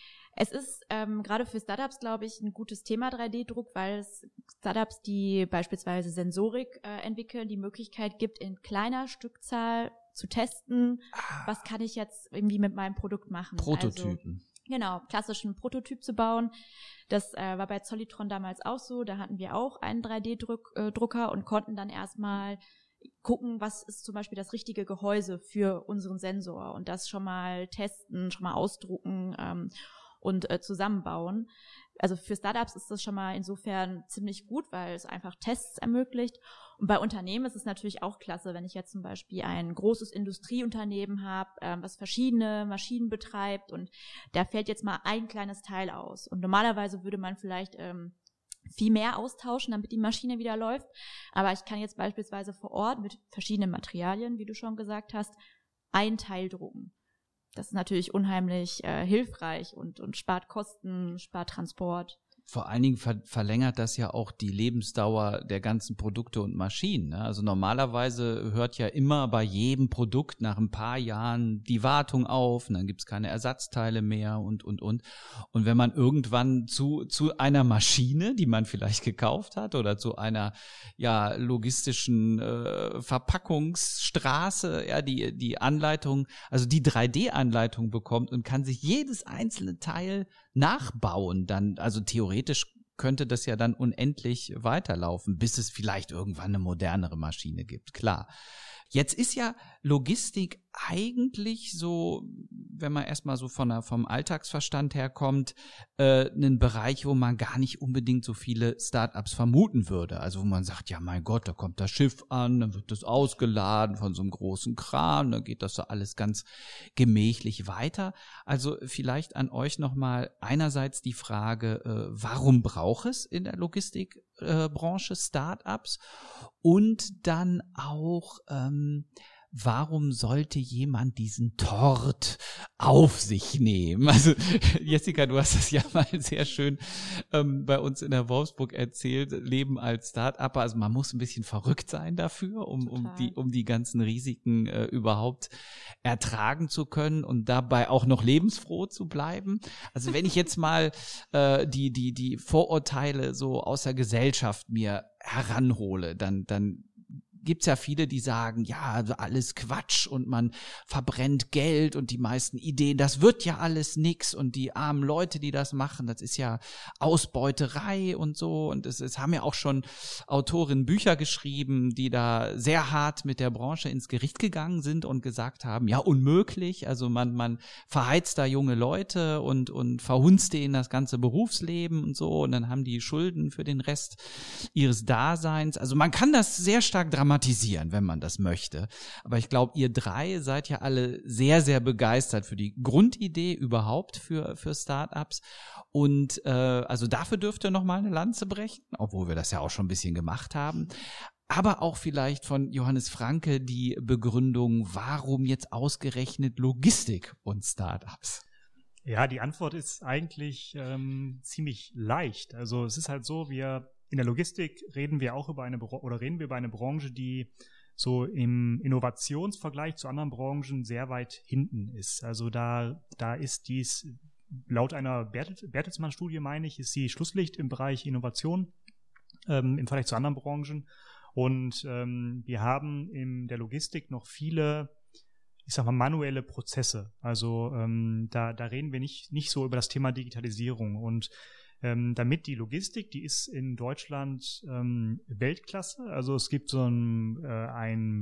Es ist ähm, gerade für Startups, glaube ich, ein gutes Thema drei D Druck, weil es Startups, die beispielsweise Sensorik äh, entwickeln, die Möglichkeit gibt, in kleiner Stückzahl zu testen, Ah. was kann ich jetzt irgendwie mit meinem Produkt machen. Prototypen. Also, genau, klassischen Prototyp zu bauen. Das äh, war bei Zollitron damals auch so. Da hatten wir auch einen drei D Drucker und konnten dann erstmal gucken, was ist zum Beispiel das richtige Gehäuse für unseren Sensor und das schon mal testen, schon mal ausdrucken ähm, und äh, zusammenbauen. Also für Startups ist das schon mal insofern ziemlich gut, weil es einfach Tests ermöglicht. Und bei Unternehmen ist es natürlich auch klasse, wenn ich jetzt zum Beispiel ein großes Industrieunternehmen habe, ähm, was verschiedene Maschinen betreibt und da fällt jetzt mal ein kleines Teil aus. Und normalerweise würde man vielleicht ähm, viel mehr austauschen, damit die Maschine wieder läuft. Aber ich kann jetzt beispielsweise vor Ort mit verschiedenen Materialien, wie du schon gesagt hast, ein Teil drucken. Das ist natürlich unheimlich äh, hilfreich und, und spart Kosten, spart Transport. Vor allen Dingen ver- verlängert das ja auch die Lebensdauer der ganzen Produkte und Maschinen. Ne? Also normalerweise hört ja immer bei jedem Produkt nach ein paar Jahren die Wartung auf und dann gibt's keine Ersatzteile mehr und, und, und. Und wenn man irgendwann zu, zu einer Maschine, die man vielleicht gekauft hat oder zu einer ja logistischen äh, Verpackungsstraße, ja die, die Anleitung, also die drei D Anleitung bekommt und kann sich jedes einzelne Teil nachbauen, dann, also theoretisch könnte das ja dann unendlich weiterlaufen, bis es vielleicht irgendwann eine modernere Maschine gibt, klar. Jetzt ist ja Logistik eigentlich so, wenn man erstmal so von der, vom Alltagsverstand herkommt, äh, ein Bereich, wo man gar nicht unbedingt so viele Startups vermuten würde. Also wo man sagt, ja mein Gott, da kommt das Schiff an, dann wird das ausgeladen von so einem großen Kran, dann geht das so alles ganz gemächlich weiter. Also vielleicht an euch nochmal einerseits die Frage, äh, warum braucht es in der Logistikbranche äh, Startups? Und dann auch, ähm, warum sollte jemand diesen Tort auf sich nehmen? Also Jessica, du hast das ja mal sehr schön ähm, bei uns in der Wolfsburg erzählt, Leben als Start-Upper, also man muss ein bisschen verrückt sein dafür, um, um, die, um die ganzen Risiken äh, überhaupt ertragen zu können und dabei auch noch lebensfroh zu bleiben. Also wenn ich jetzt mal äh, die, die, die Vorurteile so aus der Gesellschaft mir heranhole, dann, dann gibt's ja viele, die sagen, ja, also alles Quatsch und man verbrennt Geld und die meisten Ideen, das wird ja alles nix und die armen Leute, die das machen, das ist ja Ausbeuterei und so und es, es haben ja auch schon Autorinnen Bücher geschrieben, die da sehr hart mit der Branche ins Gericht gegangen sind und gesagt haben, ja, unmöglich, also man, man verheizt da junge Leute und, und verhunzt denen das ganze Berufsleben und so und dann haben die Schulden für den Rest ihres Daseins, also man kann das sehr stark dramatisieren, wenn man das möchte. Aber ich glaube, ihr drei seid ja alle sehr, sehr begeistert für die Grundidee überhaupt für, für Startups. Und äh, also dafür dürft ihr nochmal eine Lanze brechen, obwohl wir das ja auch schon ein bisschen gemacht haben. Aber auch vielleicht von Johannes Franke die Begründung, warum jetzt ausgerechnet Logistik und Startups? Ja, die Antwort ist eigentlich ähm, ziemlich leicht. Also es ist halt so, wir in der Logistik reden wir auch über eine oder reden wir über eine Branche, die so im Innovationsvergleich zu anderen Branchen sehr weit hinten ist. Also da da ist dies laut einer Bertelsmann-Studie, meine ich, ist sie Schlusslicht im Bereich Innovation ähm, im Vergleich zu anderen Branchen. Und ähm, wir haben in der Logistik noch viele, ich sag mal, manuelle Prozesse. Also ähm, da da reden wir nicht nicht so über das Thema Digitalisierung und Ähm, damit die Logistik, die ist in Deutschland ähm, Weltklasse. Also es gibt so ein, äh, ein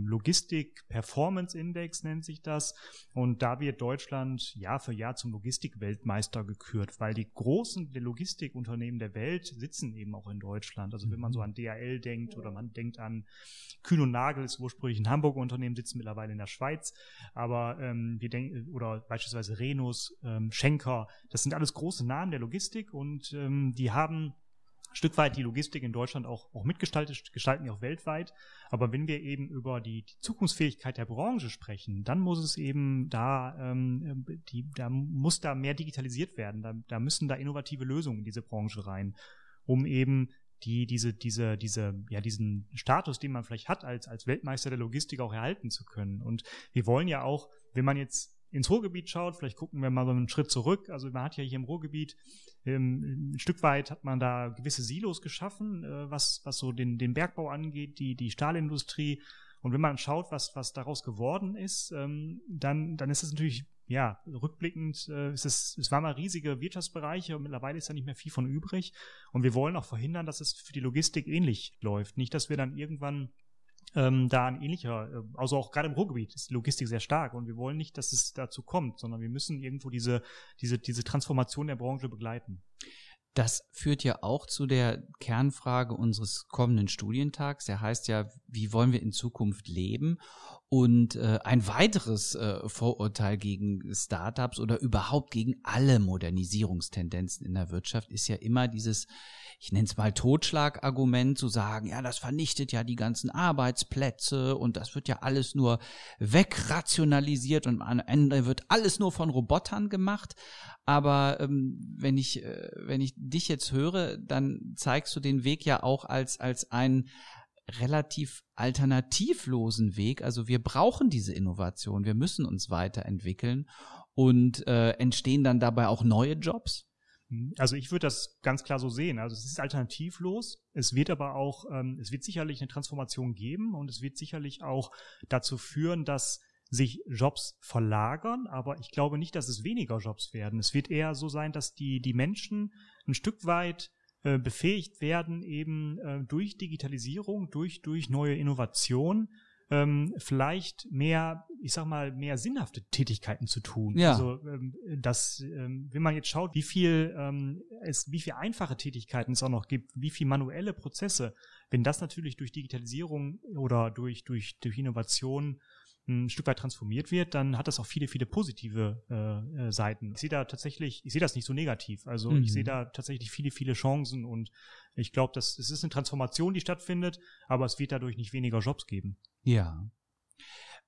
Logistik-Performance-Index, nennt sich das. Und da wird Deutschland Jahr für Jahr zum Logistik-Weltmeister gekürt, weil die großen Logistikunternehmen der Welt sitzen eben auch in Deutschland. Also wenn man so an D H L denkt oder man denkt an Kühn und Nagel, ist ursprünglich ein Hamburger Unternehmen, sitzt mittlerweile in der Schweiz. Aber ähm, wir denken, oder beispielsweise Renus, ähm, Schenker, das sind alles große Namen der Logistik und ähm, die haben ein Stück weit die Logistik in Deutschland auch, auch mitgestaltet, gestalten die auch weltweit. Aber wenn wir eben über die, die Zukunftsfähigkeit der Branche sprechen, dann muss es eben da, ähm, die, da muss da mehr digitalisiert werden. Da, da müssen da innovative Lösungen in diese Branche rein, um eben die, diese, diese, diese, ja, diesen Status, den man vielleicht hat als, als Weltmeister der Logistik auch erhalten zu können. Und wir wollen ja auch, wenn man jetzt ins Ruhrgebiet schaut, vielleicht gucken wir mal so einen Schritt zurück, also man hat ja hier im Ruhrgebiet ähm, ein Stück weit hat man da gewisse Silos geschaffen, äh, was, was so den, den Bergbau angeht, die, die Stahlindustrie und wenn man schaut, was, was daraus geworden ist, ähm, dann, dann ist es natürlich, ja, rückblickend, äh, es ist, es waren mal riesige Wirtschaftsbereiche und mittlerweile ist da nicht mehr viel von übrig und wir wollen auch verhindern, dass es für die Logistik ähnlich läuft, nicht, dass wir dann irgendwann Ähm, da ein ähnlicher, also auch gerade im Ruhrgebiet ist die Logistik sehr stark und wir wollen nicht, dass es dazu kommt, sondern wir müssen irgendwo diese, diese, diese Transformation der Branche begleiten. Das führt ja auch zu der Kernfrage unseres kommenden Studientags. Der heißt ja, wie wollen wir in Zukunft leben? Und äh, ein weiteres äh, Vorurteil gegen Startups oder überhaupt gegen alle Modernisierungstendenzen in der Wirtschaft ist ja immer dieses, ich nenne es mal Totschlagargument, zu sagen, ja, das vernichtet ja die ganzen Arbeitsplätze und das wird ja alles nur wegrationalisiert und am Ende wird alles nur von Robotern gemacht. Aber ähm, wenn ich äh, wenn ich dich jetzt höre, dann zeigst du den Weg ja auch als als einen relativ alternativlosen Weg. Also wir brauchen diese Innovation, wir müssen uns weiterentwickeln und äh, entstehen dann dabei auch neue Jobs? Also ich würde das ganz klar so sehen. Also es ist alternativlos. Es wird aber auch, ähm, es wird sicherlich eine Transformation geben und es wird sicherlich auch dazu führen, dass sich Jobs verlagern, aber ich glaube nicht, dass es weniger Jobs werden. Es wird eher so sein, dass die, die Menschen ein Stück weit äh, befähigt werden, eben äh, durch Digitalisierung, durch, durch neue Innovation, ähm, vielleicht mehr, ich sag mal, mehr sinnhafte Tätigkeiten zu tun. Ja. Also ähm, das, ähm, wenn man jetzt schaut, wie viel ähm, es, wie viel einfache Tätigkeiten es auch noch gibt, wie viel manuelle Prozesse, wenn das natürlich durch Digitalisierung oder durch durch durch Innovation ein Stück weit transformiert wird, dann hat das auch viele, viele positive äh, Seiten. Ich sehe da tatsächlich, ich sehe das nicht so negativ. Also mhm. ich sehe da tatsächlich viele, viele Chancen und ich glaube, dass es ist eine Transformation, die stattfindet, aber es wird dadurch nicht weniger Jobs geben. Ja.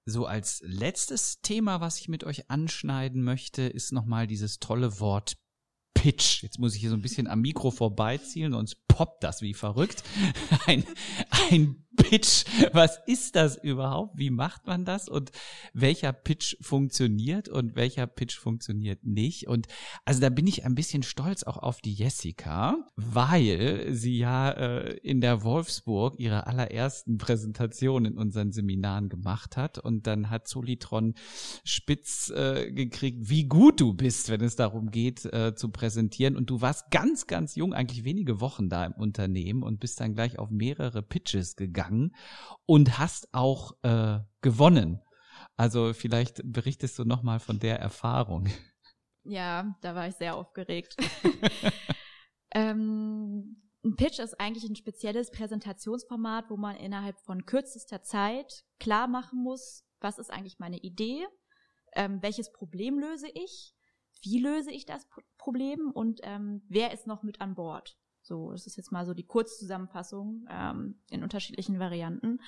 So als letztes Thema, was ich mit euch anschneiden möchte, ist nochmal dieses tolle Wort Pitch. Jetzt muss ich hier so ein bisschen am Mikro vorbeiziehen, sonst poppt das wie verrückt. Ein, ein Pitch. Was ist das überhaupt? Wie macht man das? Und welcher Pitch funktioniert und welcher Pitch funktioniert nicht? Und also da bin ich ein bisschen stolz auch auf die Jessica, weil sie ja äh, in der Wolfsburg ihre allerersten Präsentationen in unseren Seminaren gemacht hat. Und dann hat Solitron spitz äh, gekriegt, wie gut du bist, wenn es darum geht, äh, zu präsentieren. Und du warst ganz, ganz jung, eigentlich wenige Wochen da im Unternehmen und bist dann gleich auf mehrere Pitches gegangen und hast auch äh, gewonnen. Also vielleicht berichtest du nochmal von der Erfahrung. Ja, da war ich sehr aufgeregt. ähm, ein Pitch ist eigentlich ein spezielles Präsentationsformat, wo man innerhalb von kürzester Zeit klar machen muss, was ist eigentlich meine Idee, ähm, welches Problem löse ich, wie löse ich das Problem und ähm, wer ist noch mit an Bord. So, das ist jetzt mal so die Kurzzusammenfassung ähm, in unterschiedlichen Varianten.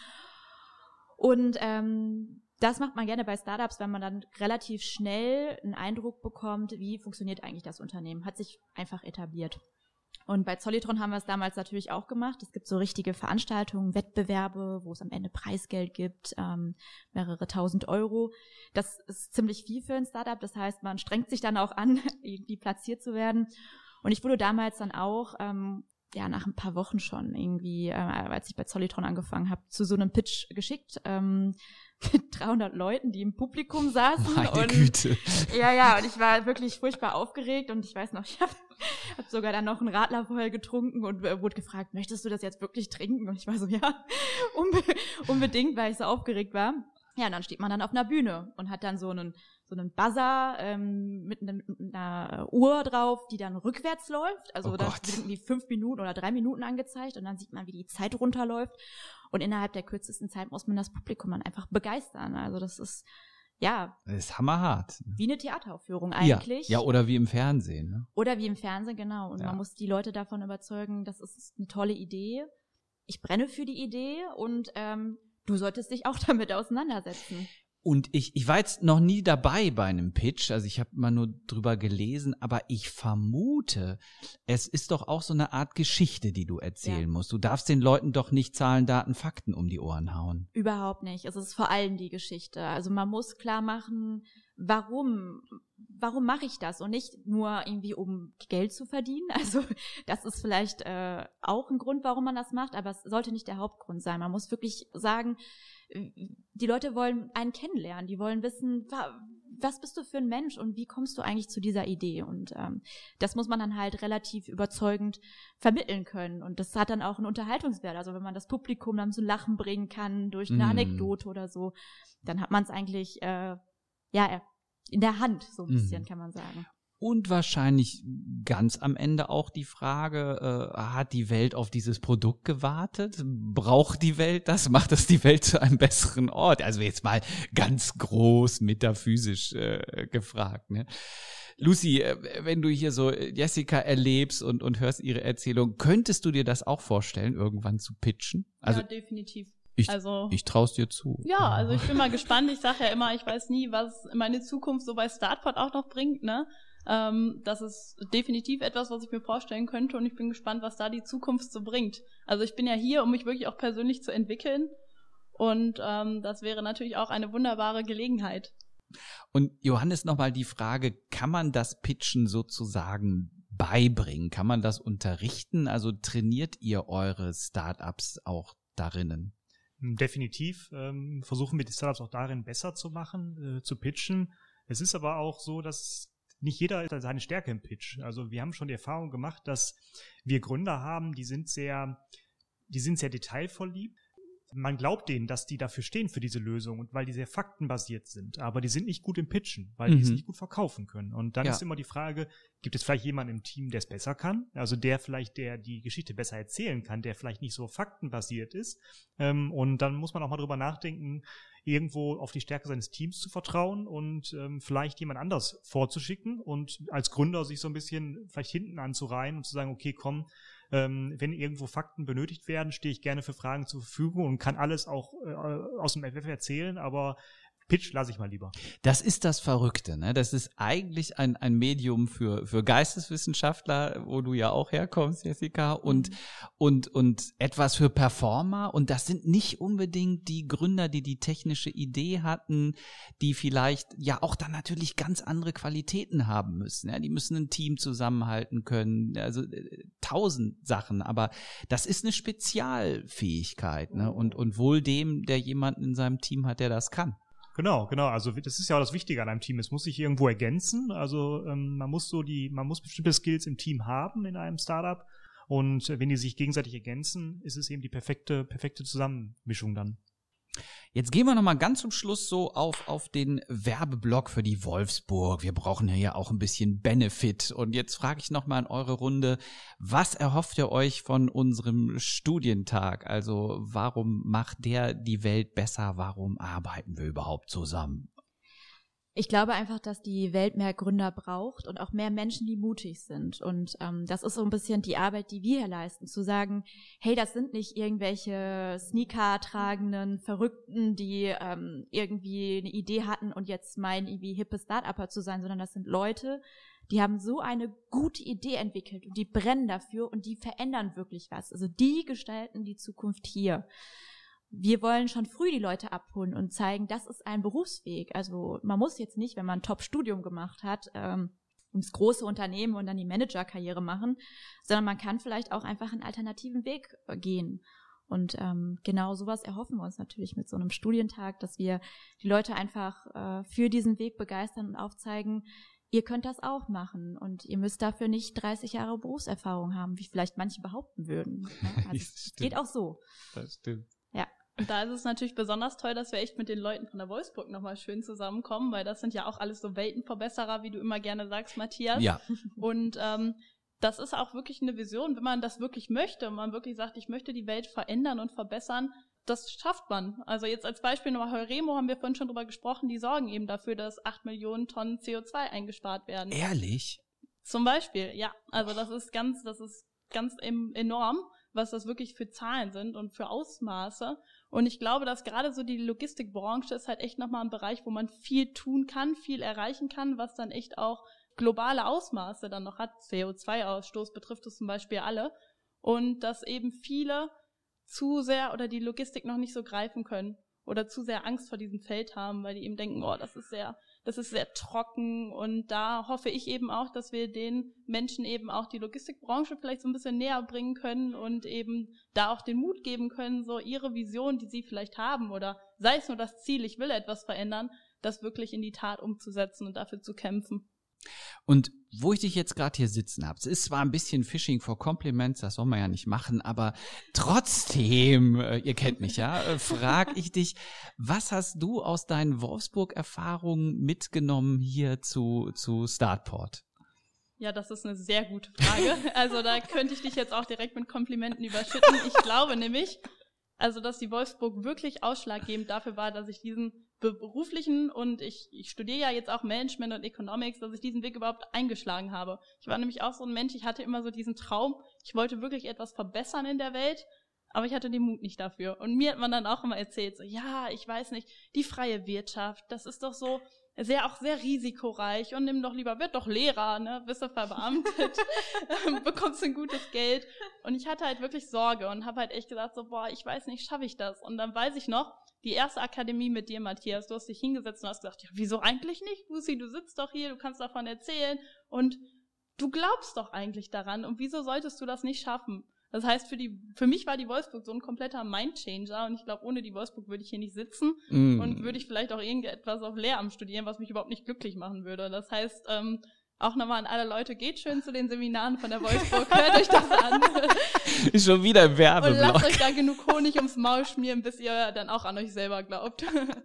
Und ähm, das macht man gerne bei Startups, wenn man dann relativ schnell einen Eindruck bekommt, wie funktioniert eigentlich das Unternehmen. Hat sich einfach etabliert. Und bei Solitron haben wir es damals natürlich auch gemacht. Es gibt so richtige Veranstaltungen, Wettbewerbe, wo es am Ende Preisgeld gibt, ähm, mehrere tausend Euro. Das ist ziemlich viel für ein Startup. Das heißt, man strengt sich dann auch an, irgendwie platziert zu werden. Und ich wurde damals dann auch, ähm, ja, nach ein paar Wochen schon irgendwie, äh, als ich bei Solitron angefangen habe, zu so einem Pitch geschickt, ähm, mit dreihundert Leuten, die im Publikum saßen. Meine und, Güte. Ja, ja, und ich war wirklich furchtbar aufgeregt und ich weiß noch, ich habe hab sogar dann noch einen Radler vorher getrunken und äh, wurde gefragt, möchtest du das jetzt wirklich trinken? Und ich war so, ja, unbe- unbedingt, weil ich so aufgeregt war. Ja, und dann steht man dann auf einer Bühne und hat dann so einen so einen Buzzer ähm, mit, einem, mit einer Uhr drauf, die dann rückwärts läuft. Also Oh da Gott. wird irgendwie fünf Minuten oder drei Minuten angezeigt und dann sieht man, wie die Zeit runterläuft. Und innerhalb der kürzesten Zeit muss man das Publikum dann einfach begeistern. Also das ist, ja, Das ist hammerhart. wie eine Theateraufführung eigentlich. Ja, ja, oder wie im Fernsehen. Ne? Oder wie im Fernsehen, genau. Und Ja. man muss die Leute davon überzeugen, das ist eine tolle Idee. Ich brenne für die Idee und ähm, du solltest dich auch damit auseinandersetzen. Und ich, ich war jetzt noch nie dabei bei einem Pitch, also ich habe mal nur drüber gelesen, aber ich vermute, es ist doch auch so eine Art Geschichte, die du erzählen Ja. musst. Du darfst den Leuten doch nicht Zahlen, Daten, Fakten um die Ohren hauen. Überhaupt nicht. Es ist vor allem die Geschichte. Also man muss klar machen, warum, warum mache ich das und nicht nur irgendwie, um Geld zu verdienen. Also das ist vielleicht äh, auch ein Grund, warum man das macht, aber es sollte nicht der Hauptgrund sein. Man muss wirklich sagen, die Leute wollen einen kennenlernen, die wollen wissen, was bist du für ein Mensch und wie kommst du eigentlich zu dieser Idee? Und ähm, das muss man dann halt relativ überzeugend vermitteln können. Und das hat dann auch einen Unterhaltungswert. Also wenn man das Publikum dann zum Lachen bringen kann durch eine Mm. Anekdote oder so, dann hat man es eigentlich äh, ja in der Hand, so ein bisschen, Mm. kann man sagen. Und wahrscheinlich ganz am Ende auch die Frage, äh, hat die Welt auf dieses Produkt gewartet? Braucht die Welt das? Macht das die Welt zu einem besseren Ort? Also jetzt mal ganz groß metaphysisch äh, gefragt. Ne? Lucy, äh, wenn du hier so Jessica erlebst und, und hörst ihre Erzählung, könntest du dir das auch vorstellen, irgendwann zu pitchen? Also ja, definitiv. ich, Also ich traust dir zu. ja, also ich bin mal gespannt. Ich sage ja immer, ich weiß nie, was meine Zukunft so bei Startpod auch noch bringt, ne? Ähm, das ist definitiv etwas, was ich mir vorstellen könnte und ich bin gespannt, was da die Zukunft so bringt. Also ich bin ja hier, um mich wirklich auch persönlich zu entwickeln und ähm, das wäre natürlich auch eine wunderbare Gelegenheit. Und Johannes, nochmal die Frage, kann man das Pitchen sozusagen beibringen? Kann man das unterrichten? Also trainiert ihr eure Startups auch darinnen? Definitiv ähm, versuchen wir die Startups auch darin besser zu machen, äh, zu pitchen. Es ist aber auch so, dass nicht jeder hat seine Stärke im Pitch. Also wir haben schon die Erfahrung gemacht, dass wir Gründer haben, die sind sehr, die sind sehr detailverliebt. Man glaubt denen, dass die dafür stehen für diese Lösung und weil die sehr faktenbasiert sind, aber die sind nicht gut im Pitchen, weil Mhm. die es nicht gut verkaufen können. Und dann Ja. ist immer die Frage, gibt es vielleicht jemanden im Team, der es besser kann? Also der vielleicht, der die Geschichte besser erzählen kann, der vielleicht nicht so faktenbasiert ist. Ähm, und dann muss man auch mal drüber nachdenken, irgendwo auf die Stärke seines Teams zu vertrauen und ähm, vielleicht jemand anders vorzuschicken und als Gründer sich so ein bisschen vielleicht hinten anzureihen und zu sagen, okay, komm, ähm, wenn irgendwo Fakten benötigt werden, stehe ich gerne für Fragen zur Verfügung und kann alles auch äh, aus dem F F erzählen, aber Pitch lasse ich mal lieber. Das ist das Verrückte, ne? Das ist eigentlich ein, ein Medium für, für Geisteswissenschaftler, wo du ja auch herkommst, Jessica, und, mhm. und, und etwas für Performer. Und das sind nicht unbedingt die Gründer, die die technische Idee hatten, die vielleicht ja auch dann natürlich ganz andere Qualitäten haben müssen. Ja? Die müssen ein Team zusammenhalten können, also äh, tausend Sachen. Aber das ist eine Spezialfähigkeit, ne? Und, und wohl dem, der jemanden in seinem Team hat, der das kann. Genau, genau. Also das ist ja auch das Wichtige an einem Team. Es muss sich irgendwo ergänzen. Also ähm, man muss so die, man muss bestimmte Skills im Team haben in einem Startup. Und wenn die sich gegenseitig ergänzen, ist es eben die perfekte, perfekte Zusammenmischung dann. Jetzt gehen wir nochmal ganz zum Schluss so auf, auf den Werbeblock für die Wolfsburg. Wir brauchen ja hier auch ein bisschen Benefit. Und jetzt frage ich nochmal in eure Runde, was erhofft ihr euch von unserem Studientag? Also warum macht der die Welt besser? Warum arbeiten wir überhaupt zusammen? Ich glaube einfach, dass die Welt mehr Gründer braucht und auch mehr Menschen, die mutig sind. Und ähm, das ist so ein bisschen die Arbeit, die wir hier leisten, zu sagen, hey, das sind nicht irgendwelche Sneaker-tragenden Verrückten, die ähm, irgendwie eine Idee hatten und jetzt meinen, irgendwie hippe Start-Upper zu sein, sondern das sind Leute, die haben so eine gute Idee entwickelt und die brennen dafür und die verändern wirklich was. Also die gestalten die Zukunft hier. Wir wollen schon früh die Leute abholen und zeigen, das ist ein Berufsweg. Also man muss jetzt nicht, wenn man ein Top-Studium gemacht hat, ähm, ins große Unternehmen und dann die Managerkarriere machen, sondern man kann vielleicht auch einfach einen alternativen Weg äh, gehen. Und ähm, genau sowas erhoffen wir uns natürlich mit so einem Studientag, dass wir die Leute einfach äh, für diesen Weg begeistern und aufzeigen, ihr könnt das auch machen und ihr müsst dafür nicht dreißig Jahre Berufserfahrung haben, wie vielleicht manche behaupten würden. Also es geht auch so. Das stimmt. Ja. Und da ist es natürlich besonders toll, dass wir echt mit den Leuten von der Wolfsburg nochmal schön zusammenkommen, weil das sind ja auch alles so Weltenverbesserer, wie du immer gerne sagst, Matthias. Ja. Und ähm, das ist auch wirklich eine Vision, wenn man das wirklich möchte und man wirklich sagt, ich möchte die Welt verändern und verbessern, das schafft man. Also jetzt als Beispiel nochmal Heuremo, haben wir vorhin schon drüber gesprochen, die sorgen eben dafür, dass acht Millionen Tonnen C O zwei eingespart werden. Ehrlich? Zum Beispiel, ja. Also das ist ganz, das ist ganz enorm, was das wirklich für Zahlen sind und für Ausmaße. Und ich glaube, dass gerade so die Logistikbranche ist halt echt nochmal ein Bereich, wo man viel tun kann, viel erreichen kann, was dann echt auch globale Ausmaße dann noch hat. C O zwei Ausstoß betrifft es zum Beispiel alle. Und dass eben viele zu sehr oder die Logistik noch nicht so greifen können oder zu sehr Angst vor diesem Feld haben, weil die eben denken, oh, das ist sehr, das ist sehr trocken. Und da hoffe ich eben auch, dass wir den Menschen eben auch die Logistikbranche vielleicht so ein bisschen näher bringen können und eben da auch den Mut geben können, so ihre Vision, die sie vielleicht haben oder sei es nur das Ziel, ich will etwas verändern, das wirklich in die Tat umzusetzen und dafür zu kämpfen. Und wo ich dich jetzt gerade hier sitzen habe, es ist zwar ein bisschen Fishing for Compliments, das soll man ja nicht machen, aber trotzdem, äh, ihr kennt mich ja, äh, frage ich dich, was hast du aus deinen Wolfsburg-Erfahrungen mitgenommen hier zu, zu Startport? Ja, das ist eine sehr gute Frage. Also da könnte ich dich jetzt auch direkt mit Komplimenten überschütten. Ich glaube nämlich, also dass die Wolfsburg wirklich ausschlaggebend dafür war, dass ich diesen beruflichen und ich, ich studiere ja jetzt auch Management und Economics, dass ich diesen Weg überhaupt eingeschlagen habe. Ich war nämlich auch so ein Mensch, ich hatte immer so diesen Traum, ich wollte wirklich etwas verbessern in der Welt, aber ich hatte den Mut nicht dafür. Und mir hat man dann auch immer erzählt, so ja, ich weiß nicht, die freie Wirtschaft, das ist doch so sehr auch sehr risikoreich und nimm doch lieber, wird doch Lehrer, ne, bist du verbeamtet, bekommst ein gutes Geld. Und ich hatte halt wirklich Sorge und habe halt echt gesagt, so boah, ich weiß nicht, schaffe ich das? Und dann weiß ich noch, die erste Akademie mit dir, Matthias, du hast dich hingesetzt und hast gesagt, ja, wieso eigentlich nicht, Lucy, du sitzt doch hier, du kannst davon erzählen und du glaubst doch eigentlich daran und wieso solltest du das nicht schaffen? Das heißt, für die, für mich war die Wolfsburg so ein kompletter Mindchanger und ich glaube, ohne die Wolfsburg würde ich hier nicht sitzen mm. und würde ich vielleicht auch irgendetwas auf Lehramt studieren, was mich überhaupt nicht glücklich machen würde. Das heißt, ähm, auch nochmal an alle Leute, geht schön zu den Seminaren von der Wolfsburg, hört euch das an. Ist schon wieder ein Werbeblock. Und lasst euch da genug Honig ums Maul schmieren, bis ihr dann auch an euch selber glaubt.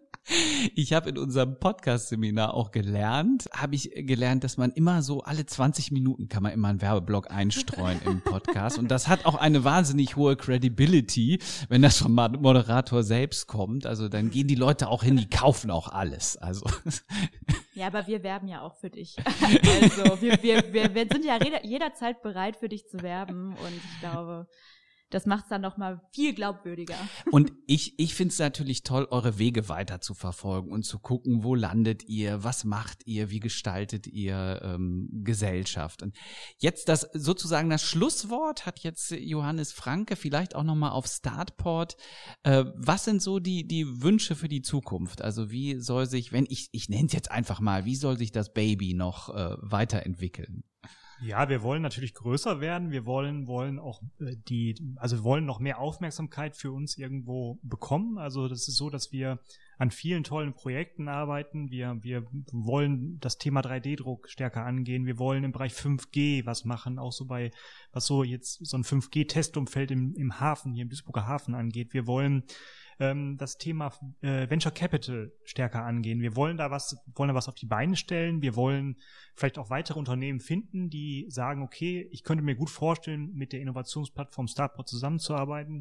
Ich habe in unserem Podcast-Seminar auch gelernt, habe ich gelernt, dass man immer so alle zwanzig Minuten kann man immer einen Werbeblock einstreuen im Podcast und das hat auch eine wahnsinnig hohe Credibility, wenn das vom Moderator selbst kommt, also dann gehen die Leute auch hin, die kaufen auch alles, also. Ja, aber wir werben ja auch für dich. Also wir, wir, wir, wir sind ja jederzeit bereit für dich zu werben und ich glaube, das macht es dann nochmal viel glaubwürdiger. Und ich, ich finde es natürlich toll, eure Wege weiter zu verfolgen und zu gucken, wo landet ihr, was macht ihr, wie gestaltet ihr ähm, Gesellschaft. Und jetzt das sozusagen das Schlusswort hat jetzt Johannes Franke, vielleicht auch nochmal auf Startport. Äh, was sind so die, die Wünsche für die Zukunft? Also wie soll sich, wenn ich, ich nenne es jetzt einfach mal, wie soll sich das Baby noch äh, weiterentwickeln? Ja, wir wollen natürlich größer werden. Wir wollen, wollen auch äh, die, also wir wollen noch mehr Aufmerksamkeit für uns irgendwo bekommen. Also das ist so, dass wir an vielen tollen Projekten arbeiten. Wir, wir wollen das Thema drei D Druck stärker angehen. Wir wollen im Bereich fünf G was machen, auch so bei, was so jetzt so ein fünf G Testumfeld im, im Hafen, hier im Duisburger Hafen angeht. Wir wollen ähm, das Thema äh, Venture Capital stärker angehen. Wir wollen da was, wollen da was auf die Beine stellen. Wir wollen vielleicht auch weitere Unternehmen finden, die sagen, okay, ich könnte mir gut vorstellen, mit der Innovationsplattform Startport zusammenzuarbeiten,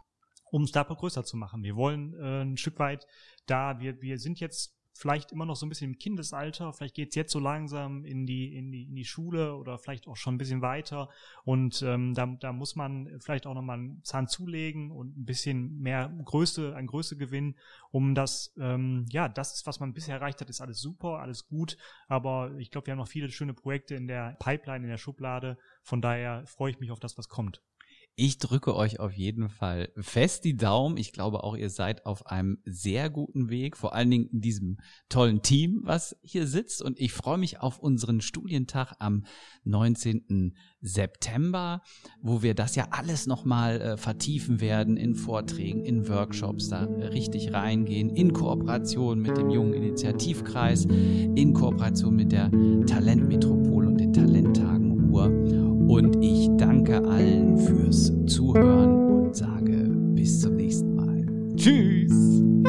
um Startport größer zu machen. Wir wollen äh, ein Stück weit da, wir, wir sind jetzt vielleicht immer noch so ein bisschen im Kindesalter, vielleicht geht's jetzt so langsam in die in die in die Schule oder vielleicht auch schon ein bisschen weiter und ähm, da da muss man vielleicht auch nochmal einen Zahn zulegen und ein bisschen mehr Größe, an Größe gewinnen, um das, ähm, ja, das, was man bisher erreicht hat, ist alles super, alles gut, aber ich glaube, wir haben noch viele schöne Projekte in der Pipeline, in der Schublade, von daher freue ich mich auf das, was kommt. Ich drücke euch auf jeden Fall fest die Daumen. Ich glaube auch, ihr seid auf einem sehr guten Weg, vor allen Dingen in diesem tollen Team, was hier sitzt. Und ich freue mich auf unseren Studientag am neunzehnten September, wo wir das ja alles nochmal äh, vertiefen werden in Vorträgen, in Workshops, da richtig reingehen, in Kooperation mit dem Jungen Initiativkreis, in Kooperation mit der Talentmetropole und den Talenttagen Ruhr. Und ich danke allen fürs Zuhören und sage bis zum nächsten Mal. Tschüss!